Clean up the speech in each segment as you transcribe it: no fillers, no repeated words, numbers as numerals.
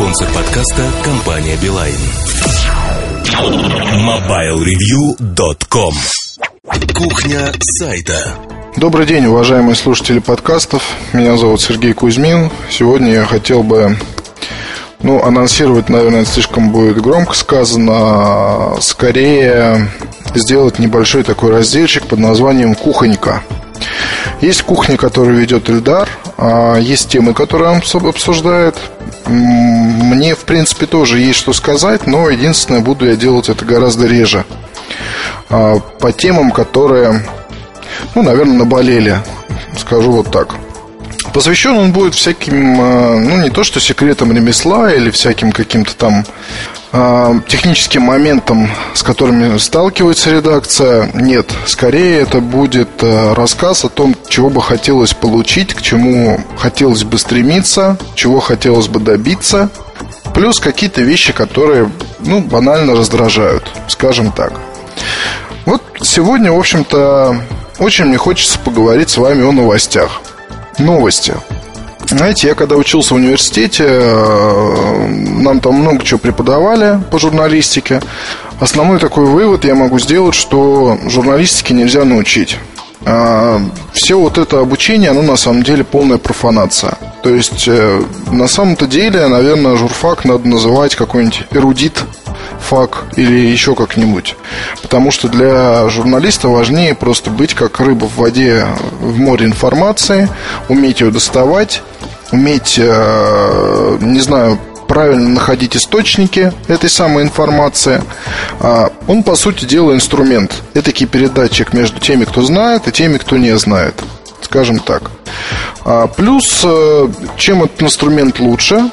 Спонсор подкаста – компания «Билайн». MobileReview.com. Кухня сайта. Добрый день, уважаемые слушатели подкастов. Меня зовут Сергей Кузьмин. Сегодня я хотел бы, анонсировать, наверное, слишком будет громко сказано, скорее сделать небольшой такой разделчик под названием «Кухонька». Есть кухня, которую ведет Эльдар, есть темы, которые он обсуждает. Мне, в принципе, тоже есть что сказать, но единственное, буду я делать это гораздо реже. По темам, которые, наверное, наболели, скажу вот так. Посвящен он будет всяким, не то что секретам ремесла или всяким каким-то там техническим моментам, с которыми сталкивается редакция. Нет, скорее это будет рассказ о том, чего бы хотелось получить, к чему хотелось бы стремиться, чего хотелось бы добиться. Плюс какие-то вещи, которые, банально раздражают, скажем так. Вот сегодня, в общем-то, очень мне хочется поговорить с вами о новостях. Новости. Знаете, я когда учился в университете, нам там много чего преподавали по журналистике. Основной такой вывод я могу сделать, что журналистике нельзя научить. Все вот это обучение, оно на самом деле полная профанация. То есть, на самом-то деле, наверное, журфак надо называть какой-нибудь эрудит фак или еще как-нибудь. Потому что для журналиста важнее просто быть как рыба в воде в море информации, уметь ее доставать, уметь, правильно находить источники этой самой информации. Он, по сути дела, инструмент. Этакий передатчик между теми, кто знает, и теми, кто не знает. Скажем так. Плюс, чем этот инструмент лучше,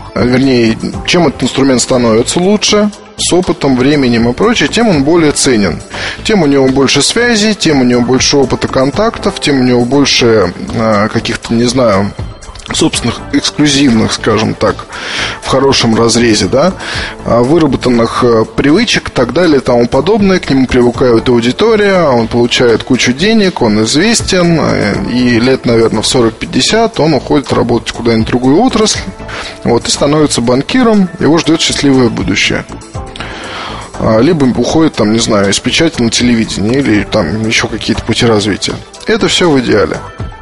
чем этот инструмент становится лучше, с опытом, временем и прочее, тем он более ценен. Тем у него больше связей, тем у него больше опыта контактов, тем у него больше каких-то, собственных эксклюзивных, скажем так, в хорошем разрезе, выработанных привычек и так далее и тому подобное. К нему привыкает аудитория, он получает кучу денег, он известен, и лет, наверное, в 40-50 он уходит работать куда-нибудь в другую отрасль, и становится банкиром, его ждет счастливое будущее. Либо уходит, из печати на телевидение, или еще какие-то пути развития. Это все в идеале.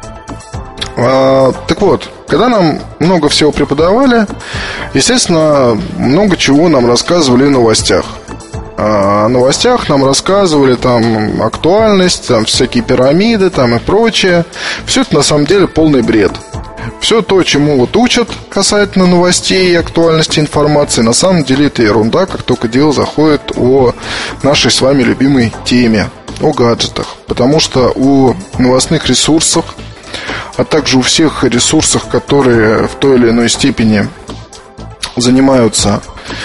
Так вот, когда нам много всего преподавали, естественно, много чего нам рассказывали в новостях. О новостях нам рассказывали актуальность, всякие пирамиды и прочее. Все это на самом деле полный бред. Все то, чему учат касательно новостей и актуальности информации, на самом деле это ерунда, как только дело заходит о нашей с вами любимой теме, о гаджетах. Потому что у новостных ресурсов, а также у всех ресурсов, которые в той или иной степени занимаются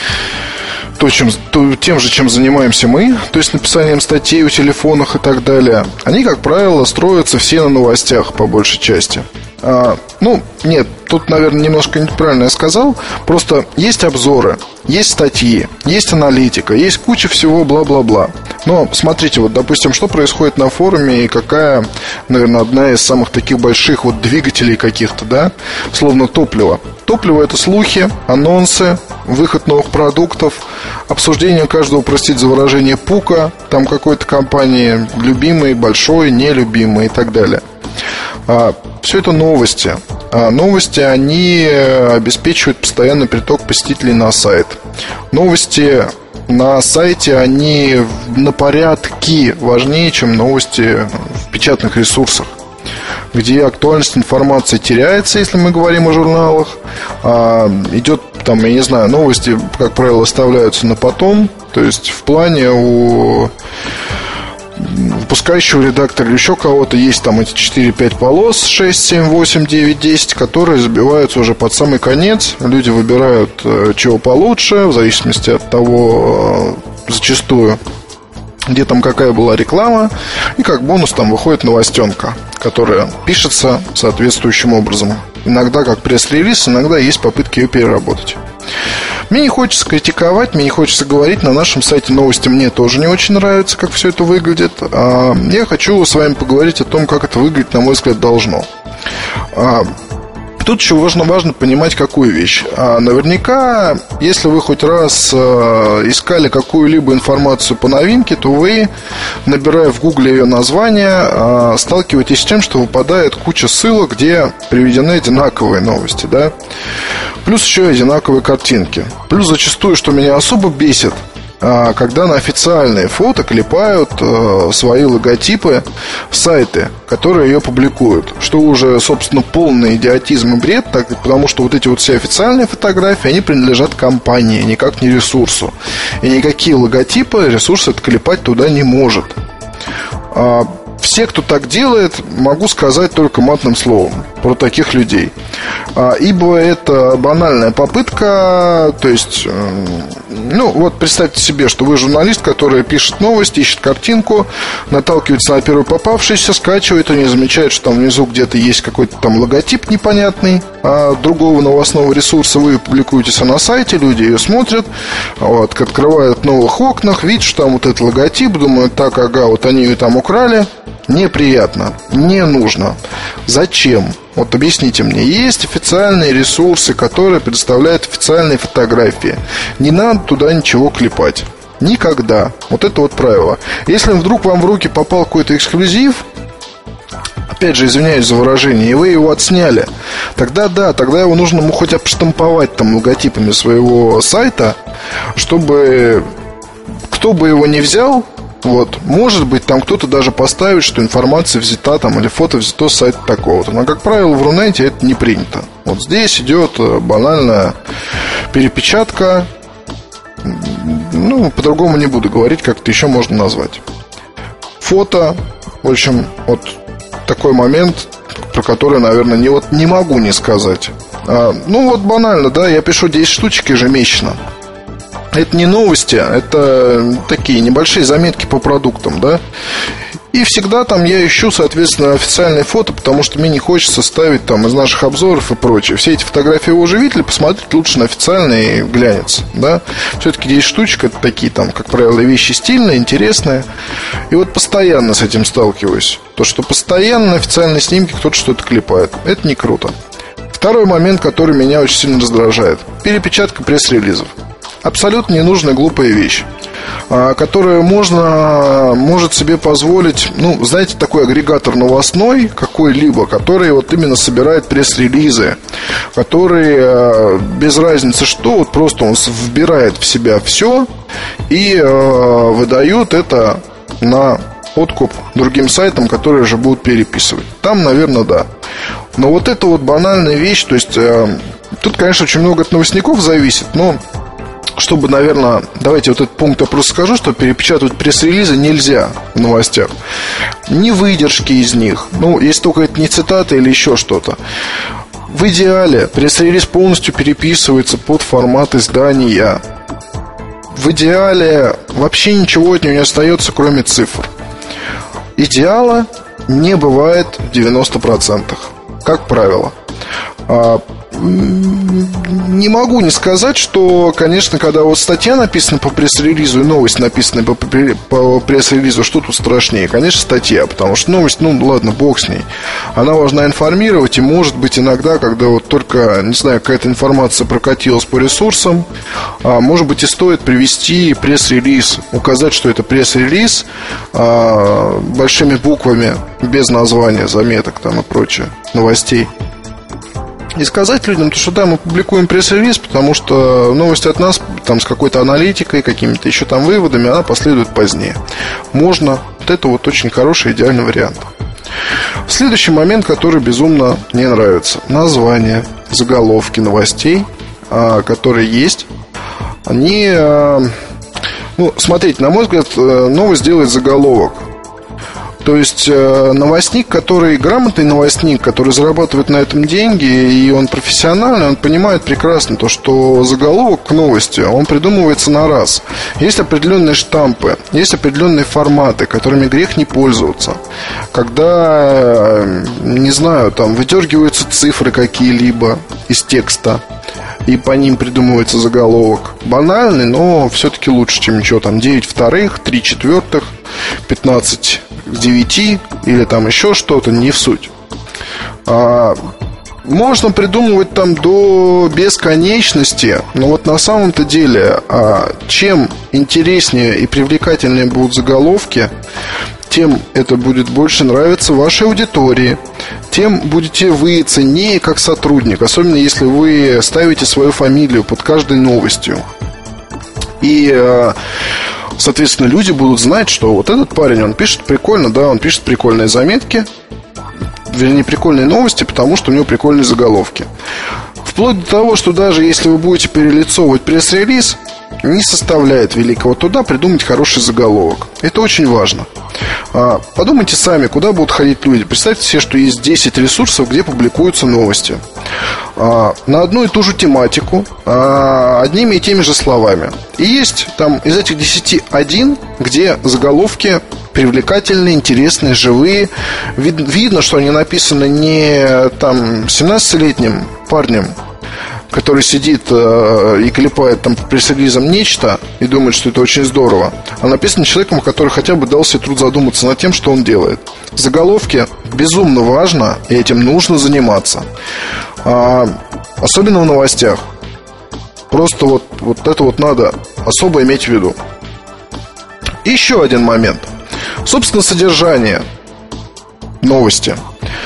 тем же, чем занимаемся мы, то есть написанием статей о телефонах и так далее, они, как правило, строятся все на новостях, по большей части. Нет, тут, наверное, немножко неправильно я сказал. Просто есть обзоры, есть статьи, есть аналитика, есть куча всего бла-бла-бла. Но смотрите, допустим, что происходит на форуме и какая, наверное, одна из самых таких больших двигателей каких-то, словно топливо. Топливо – это слухи, анонсы, выход новых продуктов, обсуждение каждого, простите за выражение, пука, какой-то компании, любимой, большой, нелюбимой и так далее. Все это новости. Новости, они обеспечивают постоянный приток посетителей на сайт. Новости на сайте, они на порядки важнее, чем новости в печатных ресурсах, где актуальность информации теряется, если мы говорим о журналах. Идет, новости, как правило, оставляются на потом. То есть в плане у выпускающего редактора или еще кого-то есть эти 4-5 полос, 6, 7, 8, 9, 10, которые забиваются уже под самый конец. Люди выбирают, чего получше, в зависимости от того, зачастую, где какая была реклама. И как бонус выходит новостенка, которая пишется соответствующим образом. Иногда как пресс-релиз, иногда есть попытки ее переработать. Мне не хочется критиковать, мне не хочется говорить. На нашем сайте новости мне тоже не очень нравится, как все это выглядит. Я хочу с вами поговорить о том, как это выглядеть, на мой взгляд, должно. Тут еще важно понимать какую вещь. Наверняка, если вы хоть раз искали какую-либо информацию по новинке, то вы, набирая в Гугле ее название, сталкиваетесь с тем, что выпадает куча ссылок, где приведены одинаковые новости, да? Плюс еще одинаковые картинки. Плюс зачастую, что меня особо бесит, когда на официальные фото клепают свои логотипы сайты, которые ее публикуют. Что уже, собственно, полный идиотизм и бред, потому что вот эти вот все официальные фотографии, они принадлежат компании, никак не ресурсу. И никакие логотипы ресурс отклепать туда не может. Все, кто так делает, могу сказать только матным словом про таких людей. Ибо это банальная попытка. То есть, вот представьте себе, что вы журналист, который пишет новости, ищет картинку, наталкивается на первую попавшуюся, скачивает ее, не замечает, что там внизу где-то есть какой-то там логотип непонятный другого новостного ресурса. Вы публикуетесь на сайте, люди ее смотрят, открывают в новых окнах, видят, что там вот этот логотип, думают, так, ага, вот они ее там украли. Неприятно, не нужно. Зачем? Вот объясните мне. Есть официальные ресурсы, которые предоставляют официальные фотографии. Не надо туда ничего клепать. Никогда. Вот это вот правило. Если вдруг вам в руки попал какой-то эксклюзив, опять же, извиняюсь за выражение, и вы его отсняли, тогда да, тогда его нужно хоть обштамповать там логотипами своего сайта, чтобы кто бы его ни взял, может быть, там кто-то даже поставит, что информация взята там, или фото взято с сайта такого-то. Но, как правило, в Рунете это не принято. Вот здесь идет банальная перепечатка. По-другому не буду говорить, как это еще можно назвать. Фото. В общем, вот такой момент, про который, наверное, не могу не сказать. Банально, да, я пишу 10 штучек ежемесячно. Это не новости, это такие небольшие заметки по продуктам, да. И всегда там я ищу, соответственно, официальные фото, потому что мне не хочется ставить там из наших обзоров и прочее. Все эти фотографии вы уже видели, посмотрите лучше на официальные, глянец, да. Все-таки 10 штучек, это такие там, как правило, вещи стильные, интересные. И вот постоянно с этим сталкиваюсь. То, что постоянно на официальные снимки кто-то что-то клепает. Это не круто. Второй момент, который меня очень сильно раздражает. Перепечатка пресс-релизов. Абсолютно ненужная глупая вещь, которая может себе позволить, знаете, такой агрегатор новостной какой-либо, который вот именно собирает пресс-релизы, который без разницы что, вот просто он вбирает в себя все и выдает это на откуп другим сайтам, которые же будут переписывать. Там, наверное, да. Но вот это вот банальная вещь, то есть тут, конечно, очень много от новостников зависит, но чтобы, наверное, давайте вот этот пункт я просто скажу, что перепечатывать пресс-релизы нельзя в новостях. Ни выдержки из них, если только это не цитата или еще что-то. В идеале пресс-релиз полностью переписывается под формат издания. В идеале вообще ничего от него не остается, кроме цифр. Идеала не бывает в 90%, как правило. Не могу не сказать, что, конечно, когда вот статья написана по пресс-релизу и новость написана по пресс-релизу, что тут страшнее? Конечно, статья, потому что новость, ладно, бог с ней. Она должна информировать, и может быть иногда, когда вот только, не знаю, какая-то информация прокатилась по ресурсам, может быть и стоит привести пресс-релиз, указать, что это пресс-релиз большими буквами, без названия, заметок там и прочее, новостей. И сказать людям, что да, мы публикуем пресс-релиз, потому что новость от нас там с какой-то аналитикой, какими-то еще там выводами, она последует позднее. Можно. Вот это вот очень хороший, идеальный вариант. Следующий момент, который безумно мне нравится. Названия, заголовки новостей, которые есть. Они... смотрите, на мой взгляд, новость делает заголовок. То есть новостник, грамотный новостник, который зарабатывает на этом деньги, и он профессиональный, он понимает прекрасно то, что заголовок к новости, он придумывается на раз. Есть определенные штампы, есть определенные форматы, которыми грех не пользоваться. Когда, не знаю, там выдергиваются цифры какие-либо из текста, и по ним придумывается заголовок. Банальный, но все-таки лучше, чем ничего. Там 9 вторых, 3 четвертых, 15 к 9 или там еще что-то, не в суть. можно придумывать там до бесконечности, но вот на самом-то деле, чем интереснее и привлекательнее будут заголовки, тем это будет больше нравиться вашей аудитории, тем будете вы ценнее как сотрудник, особенно если вы ставите свою фамилию под каждой новостью. И, соответственно, люди будут знать, что вот этот парень, он пишет прикольно, да, он пишет прикольные заметки, вернее, прикольные новости, потому что у него прикольные заголовки. Вплоть до того, что даже если вы будете перелицовывать пресс-релиз, не составляет великого труда придумать хороший заголовок. Это очень важно. Подумайте сами, куда будут ходить люди. Представьте себе, что есть 10 ресурсов, где публикуются новости на одну и ту же тематику, одними и теми же словами. И есть там из этих 10 один, где заголовки привлекательные, интересные, живые. Видно, что они написаны не там 17-летним парнем, который сидит и клепает там пресс-релизом нечто и думает, что это очень здорово, а написано человеком, который хотя бы дал себе труд задуматься над тем, что он делает. Заголовки безумно важно, и этим нужно заниматься. Особенно в новостях. Просто вот это вот надо особо иметь в виду. И еще один момент. Собственно, содержание новости.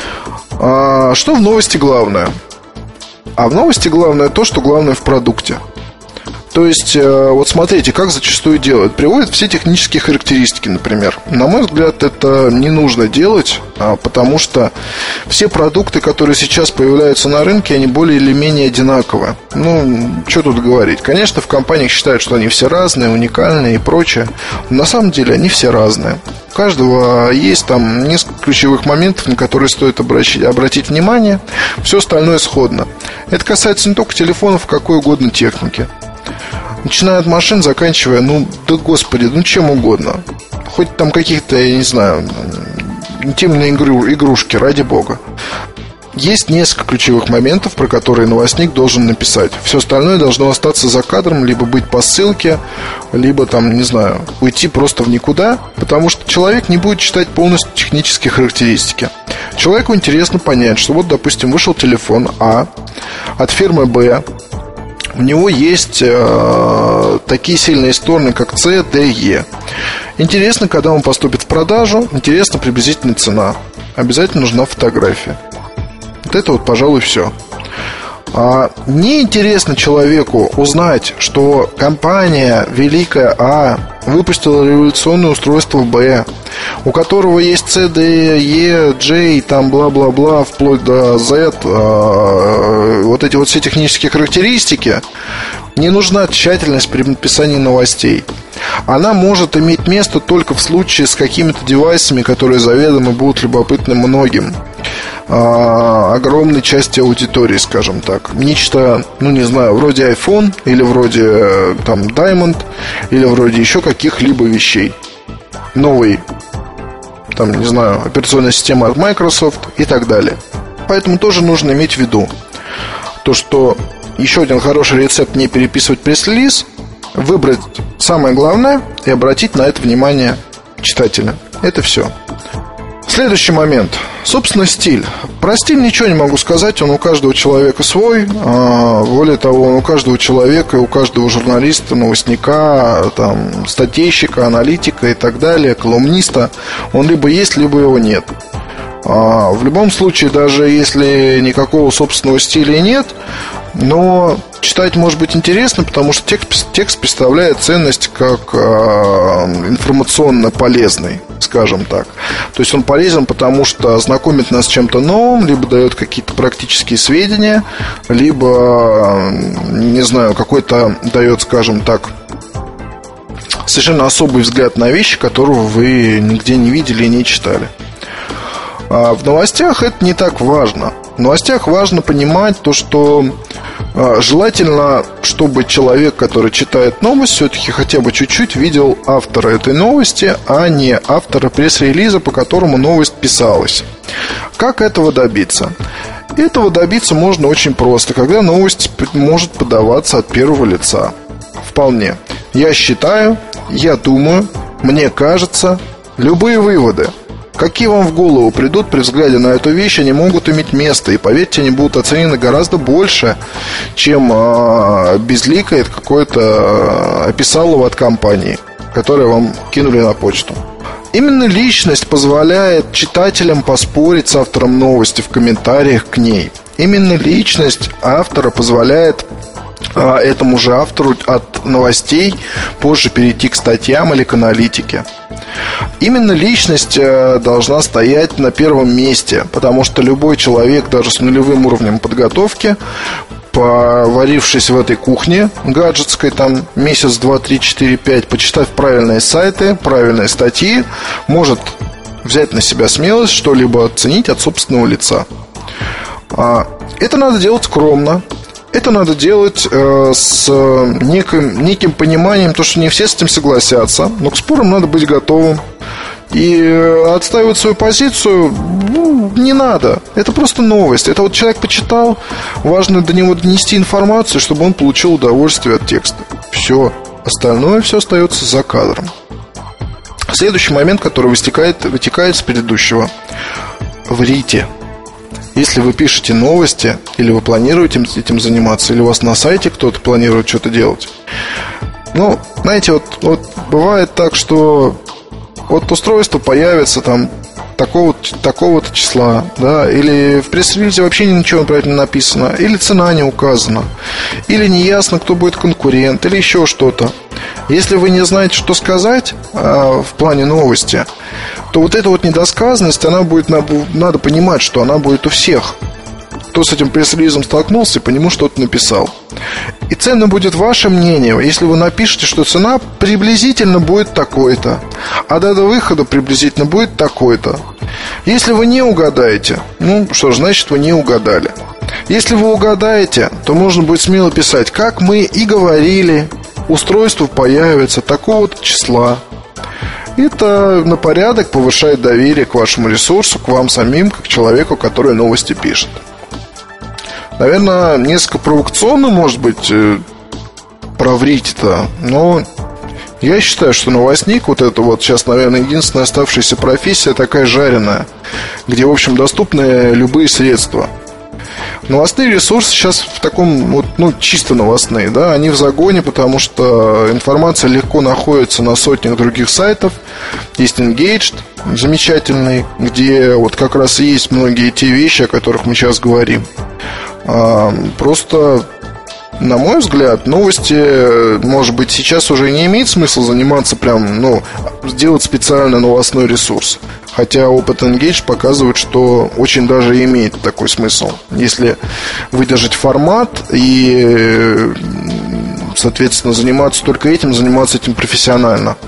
Что в новости главное? А в новости главное то, что главное в продукте. То есть, вот смотрите, как зачастую делают. Приводят все технические характеристики, например. На мой взгляд, это не нужно делать, потому что все продукты, которые сейчас появляются на рынке, они более или менее одинаковые. Ну, что тут говорить. Конечно, в компаниях считают, что они все разные, уникальные и прочее. Но на самом деле они все разные. У каждого есть там несколько ключевых моментов, на которые стоит обратить внимание. Все остальное сходно. Это касается не только телефонов, какой угодно техники. Начиная от машин, заканчивая, господи, чем угодно. Хоть там каких-то, я не знаю, интимные игрушки, ради бога. Есть несколько ключевых моментов, про которые новостник должен написать. Все остальное должно остаться за кадром, либо быть по ссылке, либо там, не знаю, уйти просто в никуда, потому что человек не будет читать полностью технические характеристики. Человеку интересно понять, что вот, допустим, вышел телефон А от фирмы Б. У него есть такие сильные стороны, как С, Д, Е. Интересно, когда он поступит в продажу. Интересна приблизительная цена. Обязательно нужна фотография. Вот это вот, пожалуй, все. Неинтересно человеку узнать, что компания великая А выпустила революционное устройство Б, у которого есть С, Д, Е, J, там бла-бла-бла, вплоть до Z. Вот эти вот все технические характеристики. Не нужна тщательность при написании новостей. Она может иметь место только в случае с какими-то девайсами, которые заведомо будут любопытны многим, огромной части аудитории, скажем так. Нечто, не знаю, вроде iPhone, или вроде там Diamond, или вроде еще каких-либо вещей. Новый, там, не знаю, операционная система от Microsoft и так далее. Поэтому тоже нужно иметь в виду то, что еще один хороший рецепт не переписывать пресс-релиз, выбрать самое главное и обратить на это внимание читателя. Это все. Следующий момент. Собственно, стиль. Про стиль ничего не могу сказать. Он у каждого человека свой. Более того, он у каждого человека, у каждого журналиста, новостника, там, статейщика, аналитика и так далее, колумниста. Он либо есть, либо его нет. В любом случае, даже если никакого собственного стиля нет, но читать может быть интересно, потому что текст представляет ценность как информационно полезный, скажем так. То есть он полезен, потому что знакомит нас с чем-то новым, либо дает какие-то практические сведения, либо, не знаю, какой-то дает, скажем так, совершенно особый взгляд на вещи, которого вы нигде не видели и не читали. А в новостях это не так важно. В новостях важно понимать то, что желательно, чтобы человек, который читает новость, все-таки хотя бы чуть-чуть видел автора этой новости, а не автора пресс-релиза, по которому новость писалась. Как этого добиться? Этого добиться можно очень просто, когда новость может подаваться от первого лица. Вполне. Я считаю, я думаю, мне кажется, любые выводы. какие вам в голову придут при взгляде на эту вещь, они могут иметь место. И поверьте, они будут оценены гораздо больше, чем безликое какое-то описалово от компании, которое вам кинули на почту. Именно личность позволяет читателям поспорить с автором новости в комментариях к ней. Именно личность автора позволяет этому же автору от новостей позже перейти к статьям или к аналитике. Именно личность должна стоять на первом месте, потому что любой человек, даже с нулевым уровнем подготовки, поварившись в этой кухне гаджетской, там месяц, 2, 3, 4, 5, почитав правильные сайты, правильные статьи, может взять на себя смелость что-либо оценить от собственного лица. Это надо делать скромно. Это надо делать с неким пониманием, то, что не все с этим согласятся, но к спорам надо быть готовым. И отстаивать свою позицию не надо. Это просто новость. Это вот человек почитал, важно до него донести информацию, чтобы он получил удовольствие от текста. Все. Остальное все остается за кадром. Следующий момент, который вытекает с предыдущего. Врите. Если вы пишете новости, или вы планируете этим заниматься, или у вас на сайте кто-то планирует что-то делать, знаете, вот бывает так, что вот устройство появится там такого-то числа, да, или в пресс-релизе вообще ничего правильно не написано, или цена не указана, или неясно, кто будет конкурент, или еще что-то. Если вы не знаете, что сказать в плане новости, то вот эта вот недосказанность, она будет, надо понимать, что она будет у всех. Кто с этим пресс-релизом столкнулся и по нему что-то написал. И ценно будет ваше мнение, если вы напишете, что цена приблизительно будет такой-то, а дата выхода приблизительно будет такой-то. Если вы не угадаете, что ж, значит, вы не угадали. Если вы угадаете, то можно будет смело писать: как мы и говорили, устройство появится такого-то числа. Это на порядок повышает доверие к вашему ресурсу, к вам самим, как человеку, который новости пишет. Наверное, несколько провокационно, может быть, проврить-то, но я считаю, что новостник, вот это вот сейчас, наверное, единственная оставшаяся профессия такая жареная, где, в общем, доступны любые средства. Новостные ресурсы сейчас в таком, чисто новостные, да, они в загоне, потому что информация легко находится на сотнях других сайтов. Есть Engaged, замечательный, где вот как раз и есть многие те вещи, о которых мы сейчас говорим. Просто, на мой взгляд, новости, может быть, сейчас уже не имеет смысла заниматься сделать специально новостной ресурс. Хотя опыт Engage показывает, что очень даже имеет такой смысл. Если выдержать формат и, соответственно, заниматься этим профессионально.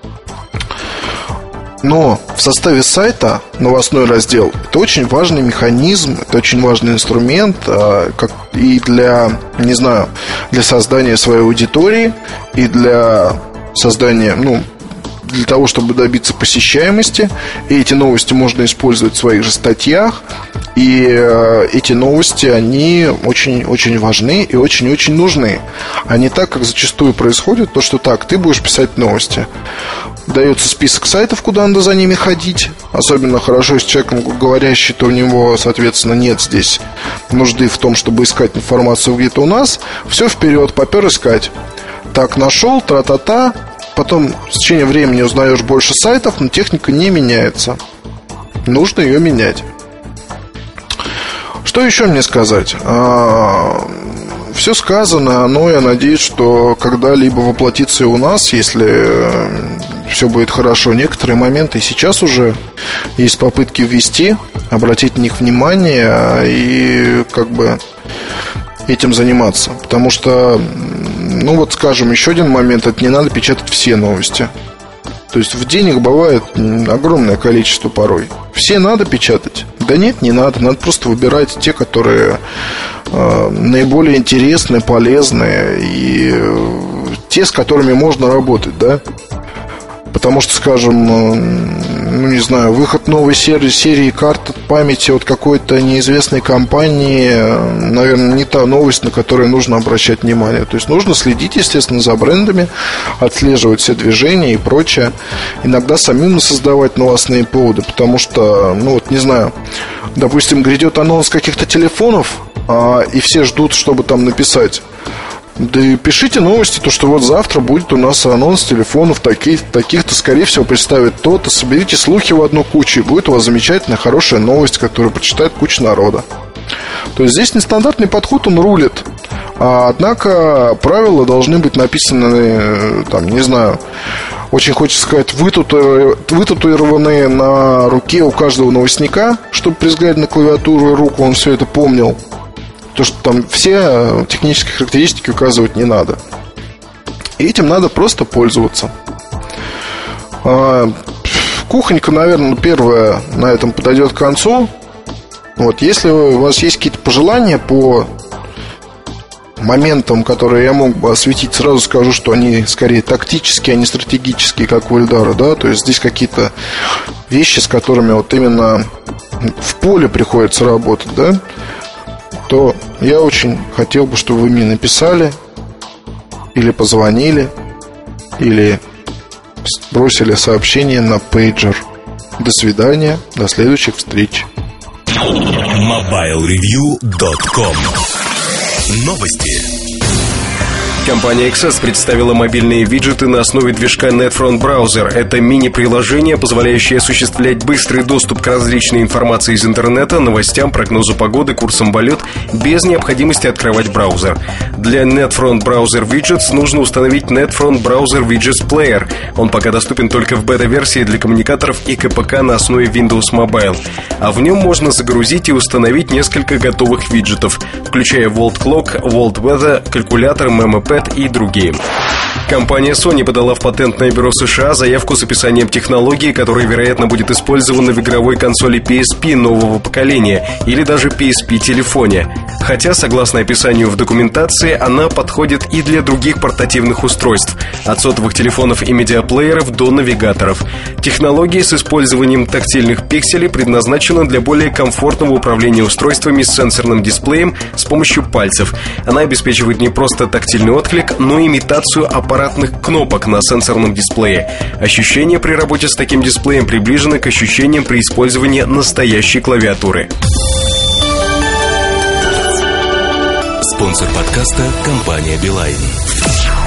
Но в составе сайта новостной раздел — это очень важный механизм, это очень важный инструмент, как и для создания своей аудитории, и для создания, для того, чтобы добиться посещаемости. И эти новости можно использовать в своих же статьях. И эти новости, они очень-очень важны и очень-очень нужны. А не так, как зачастую происходит, то, что так, ты будешь писать новости. Дается список сайтов, куда надо за ними ходить. Особенно хорошо, если человек говорящий, то у него, соответственно, нет здесь нужды в том, чтобы искать информацию где-то у нас. Все вперед, попер искать. Так, нашел, тра-та-та. Потом в течение времени узнаешь больше сайтов, но техника не меняется. Нужно ее менять. Что еще мне сказать? Все сказано, но я надеюсь, что когда-либо воплотится и у нас, если все будет хорошо. Некоторые моменты сейчас уже есть попытки ввести, обратить на них внимание и этим заниматься. Потому что, скажем, еще один момент: это не надо печатать все новости. То есть в день их бывает огромное количество порой. Все надо печатать? Да нет, не надо. Надо просто выбирать те, которые наиболее интересные, полезные и те, с которыми можно работать, да. Потому что, скажем, ну не знаю, выход новой серии карт памяти от какой-то неизвестной компании, наверное, не та новость, на которую нужно обращать внимание. То есть нужно следить, естественно, за брендами, отслеживать все движения и прочее. Иногда самим создавать новостные поводы, потому что, ну вот не знаю, допустим, грядет анонс каких-то телефонов, и все ждут, чтобы там написать: да и пишите новости, то что вот завтра будет у нас анонс телефонов таких-то, скорее всего, представит то-то. Соберите слухи в одну кучу, и будет у вас замечательная, хорошая новость, которую прочитает куча народа. То есть здесь нестандартный подход, он рулит. Однако правила должны быть написаны, там, не знаю, очень хочется сказать, вытатуированные на руке у каждого новостника, чтобы при взгляде на клавиатуру и руку он все это помнил. То, что там все технические характеристики указывать не надо. И этим надо просто пользоваться. Кухонька, наверное, первая на этом подойдет к концу. Вот, если у вас есть какие-то пожелания по моментам, которые я мог бы осветить, сразу скажу, что они скорее тактические, а не стратегические, как у Эльдара, да? То есть здесь какие-то вещи, с которыми вот именно в поле приходится работать, да? То я очень хотел бы, чтобы вы мне написали или позвонили, или бросили сообщение на пейджер. До свидания, до следующих встреч. MobileReview.com. Новости. Компания XS представила мобильные виджеты на основе движка NetFront Browser. Это мини-приложение, позволяющее осуществлять быстрый доступ к различной информации из интернета, новостям, прогнозу погоды, курсам валют, без необходимости открывать браузер. Для NetFront Browser Widgets нужно установить NetFront Browser Widgets Player. Он пока доступен только в бета-версии для коммуникаторов и КПК на основе Windows Mobile. А в нем можно загрузить и установить несколько готовых виджетов, включая World Clock, World Weather, калькулятор, MemoPad и другие. Компания Sony подала в патентное бюро США заявку с описанием технологии, которая, вероятно, будет использована в игровой консоли PSP нового поколения или даже PSP-телефоне. Хотя, согласно описанию в документации, она подходит и для других портативных устройств, от сотовых телефонов и медиаплееров до навигаторов. Технология с использованием тактильных пикселей предназначена для более комфортного управления устройствами с сенсорным дисплеем с помощью пальцев. Она обеспечивает не просто тактильный отклик, но и имитацию аппаратных кнопок на сенсорном дисплее. Ощущения при работе с таким дисплеем приближены к ощущениям при использовании настоящей клавиатуры. Спонсор подкаста — компания Билайн.